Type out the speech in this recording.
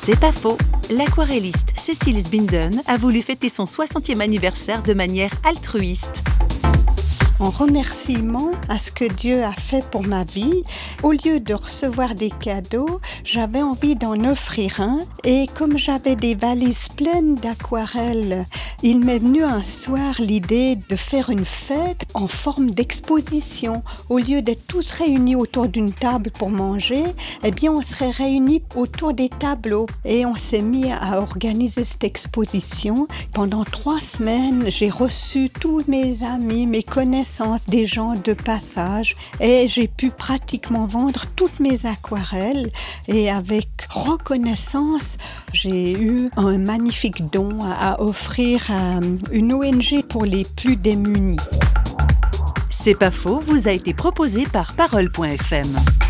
C'est pas faux. L'aquarelliste Cécile Sbinden a voulu fêter son 60e anniversaire de manière altruiste. En remerciement à ce que Dieu a fait pour ma vie, au lieu de recevoir des cadeaux, j'avais envie d'en offrir un. Et comme j'avais des valises pleines d'aquarelles, il m'est venu un soir l'idée de faire une fête en forme d'exposition. Au lieu d'être tous réunis autour d'une table pour manger, eh bien on serait réunis autour des tableaux. Et on s'est mis à organiser cette exposition. Pendant 3 semaines, j'ai reçu tous mes amis, mes connaissances, des gens de passage, et j'ai pu pratiquement vendre toutes mes aquarelles. Et avec reconnaissance, j'ai eu un magnifique don à offrir à une ONG pour les plus démunis. C'est pas faux vous a été proposé par Parole.fm.